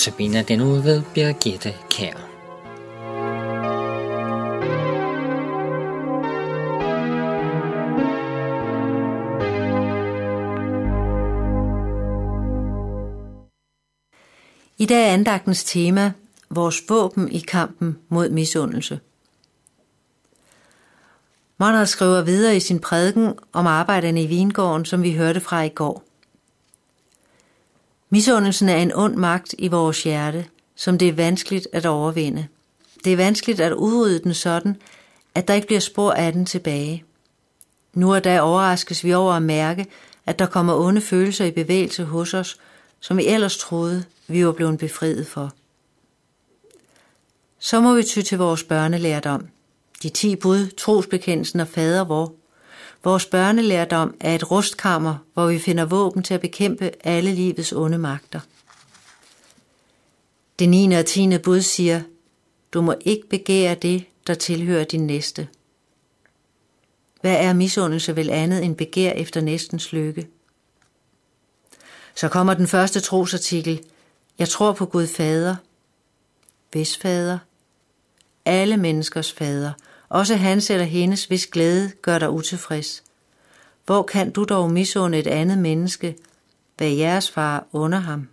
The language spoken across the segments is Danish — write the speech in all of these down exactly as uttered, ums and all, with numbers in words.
Notabene den uge ved Birgitte Kjær. I dag er andagtens tema vores våben i kampen mod misundelse. Monrad skriver videre i sin prædiken om arbejderne i vingården, som vi hørte fra i går. Misundelsen er en ond magt i vores hjerte, som det er vanskeligt at overvinde. Det er vanskeligt at udrydde den sådan, at der ikke bliver spor af den tilbage. Nu og da overraskes vi over at mærke, at der kommer onde følelser i bevægelse hos os, som vi ellers troede, vi var blevet befriet for. Så må vi ty til vores børnelærdom. De ti bud, trosbekendelsen og fader vor. Vores børnelærdom er et rustkammer, hvor vi finder våben til at bekæmpe alle livets onde magter. Det niende og tiende bud siger, du må ikke begære det, der tilhører din næste. Hvad er misundelse vel andet end begær efter næstens lykke? Så kommer den første trosartikel. Jeg tror på Gud Fader. Hvis fader? Alle menneskers fader. Også hans eller hendes, hvis glæde gør dig utilfreds. Hvor kan du dog misunde et andet menneske, hvad jeres far under ham?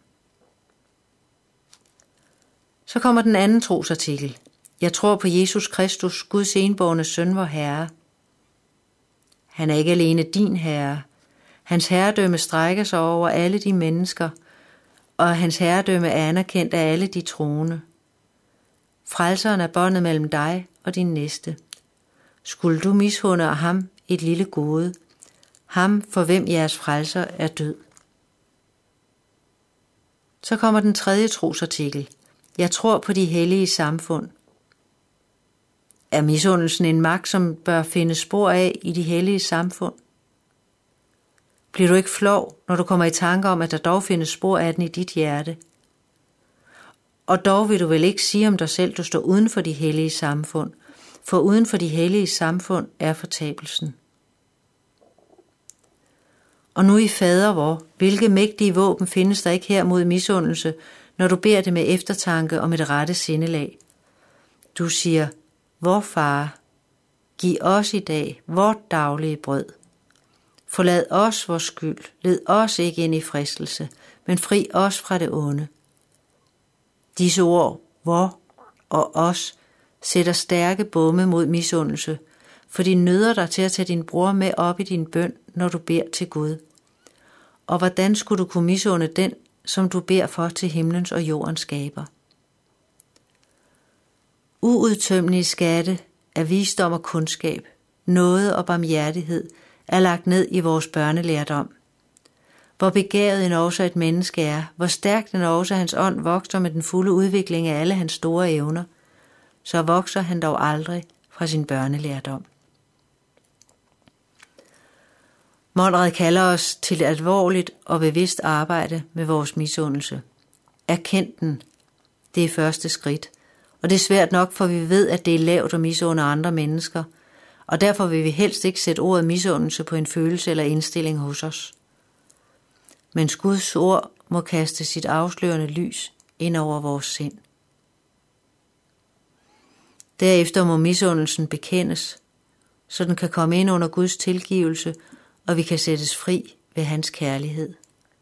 Så kommer den anden trosartikel. Jeg tror på Jesus Kristus, Guds enbårne søn, vor Herre. Han er ikke alene din Herre. Hans herredømme strækker sig over alle de mennesker, og hans herredømme er anerkendt af alle de troende. Frelseren er båndet mellem dig og din næste. Skulle du mishunde ham et lille gode, ham for hvem jeres frelser er død. Så kommer den tredje trosartikel. Jeg tror på de hellige samfund. Er misundelsen en magt, som bør finde spor af i de hellige samfund? Bliver du ikke flov, når du kommer i tanke om, at der dog findes spor af den i dit hjerte? Og dog vil du vel ikke sige om dig selv, du står uden for de hellige samfund, for uden for de hellige samfund er fortabelsen. Og nu i fader vor, hvilke mægtige våben findes der ikke her mod misundelse, når du beder det med eftertanke og med det rette sindelag? Du siger, vor far, giv os i dag vort daglige brød. Forlad os vores skyld, led os ikke ind i fristelse, men fri os fra det onde. Disse ord, vor og os, sætter stærke bomme mod misundelse, for de nøder dig til at tage din bror med op i din bøn, når du beder til Gud. Og hvordan skulle du kunne misunde den, som du beder for til himlens og jordens skaber? Uudtømmelige skatte af visdom og kundskab, nåde og barmhjertighed er lagt ned i vores børnelærdom. Hvor begavet en også et menneske er, hvor stærkt en også hans ånd vokser med den fulde udvikling af alle hans store evner, så vokser han dog aldrig fra sin børnelærdom. Monrad kalder os til et alvorligt og bevidst arbejde med vores misundelse. Erkend den. Det er første skridt. Og det er svært nok, for vi ved, at det er lavt at misunde andre mennesker, og derfor vil vi helst ikke sætte ordet misundelse på en følelse eller indstilling hos os. Men Guds ord må kaste sit afslørende lys ind over vores sind. Derefter må misundelsen bekendes, så den kan komme ind under Guds tilgivelse, og vi kan sættes fri ved hans kærlighed.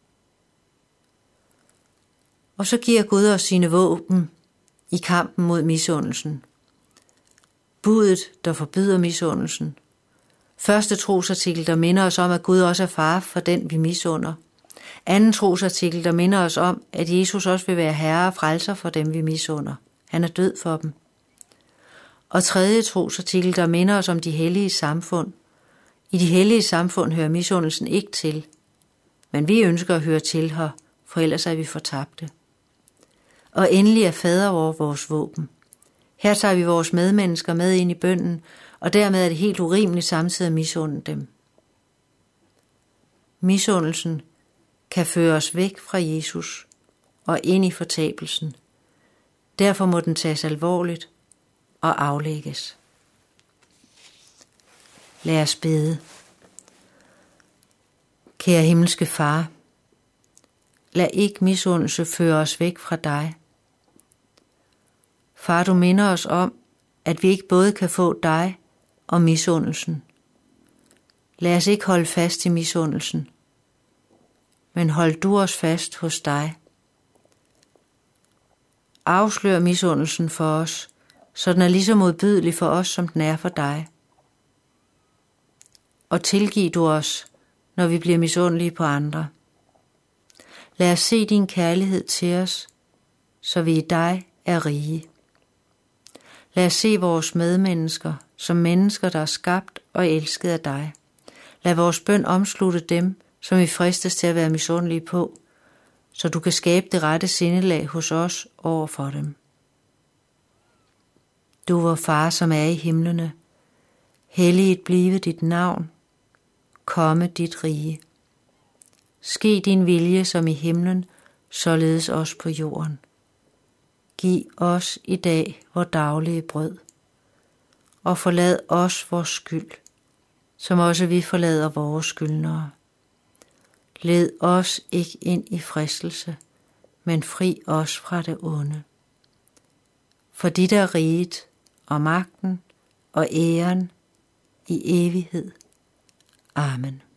Og så giver Gud os sine våben i kampen mod misundelsen. Budet, der forbyder misundelsen. Første trosartikel, der minder os om, at Gud også er far for den, vi misunder. Anden trosartikel, der minder os om, at Jesus også vil være herre og frelser for dem, vi misunder. Han er død for dem. Og tredje trosartikel, der minder os om de hellige samfund. I de hellige samfund hører misundelsen ikke til, men vi ønsker at høre til her, for ellers er vi fortabte. Og endelig er fader vor vores våben. Her tager vi vores medmennesker med ind i bønnen, og dermed er det helt urimeligt samtidig at misunde dem. Misundelsen kan føre os væk fra Jesus og ind i fortabelsen. Derfor må den tages alvorligt og aflægges. Lad os bede. Kære himmelske Far, lad ikke misundelse føre os væk fra dig. Far, du minder os om, at vi ikke både kan få dig og misundelsen. Lad os ikke holde fast i misundelsen, men hold du os fast hos dig. Afslør misundelsen for os, så den er lige så modbydelig for os, som den er for dig. Og tilgiv du os, når vi bliver misundelige på andre. Lad os se din kærlighed til os, så vi i dig er rige. Lad os se vores medmennesker som mennesker, der er skabt og elsket af dig. Lad vores bøn omslutte dem, som vi fristes til at være misundelige på, så du kan skabe det rette sindelag hos os over for dem. Du, vor Far, som er i himlene, helliget blive dit navn, komme dit rige. Ske din vilje som i himlen, således også på jorden. Giv os i dag vor daglige brød, og forlad os vores skyld, som også vi forlader vores skyldnere. Led os ikke ind i fristelse, men fri os fra det onde. For dit er riget og magten og æren i evighed. Amen.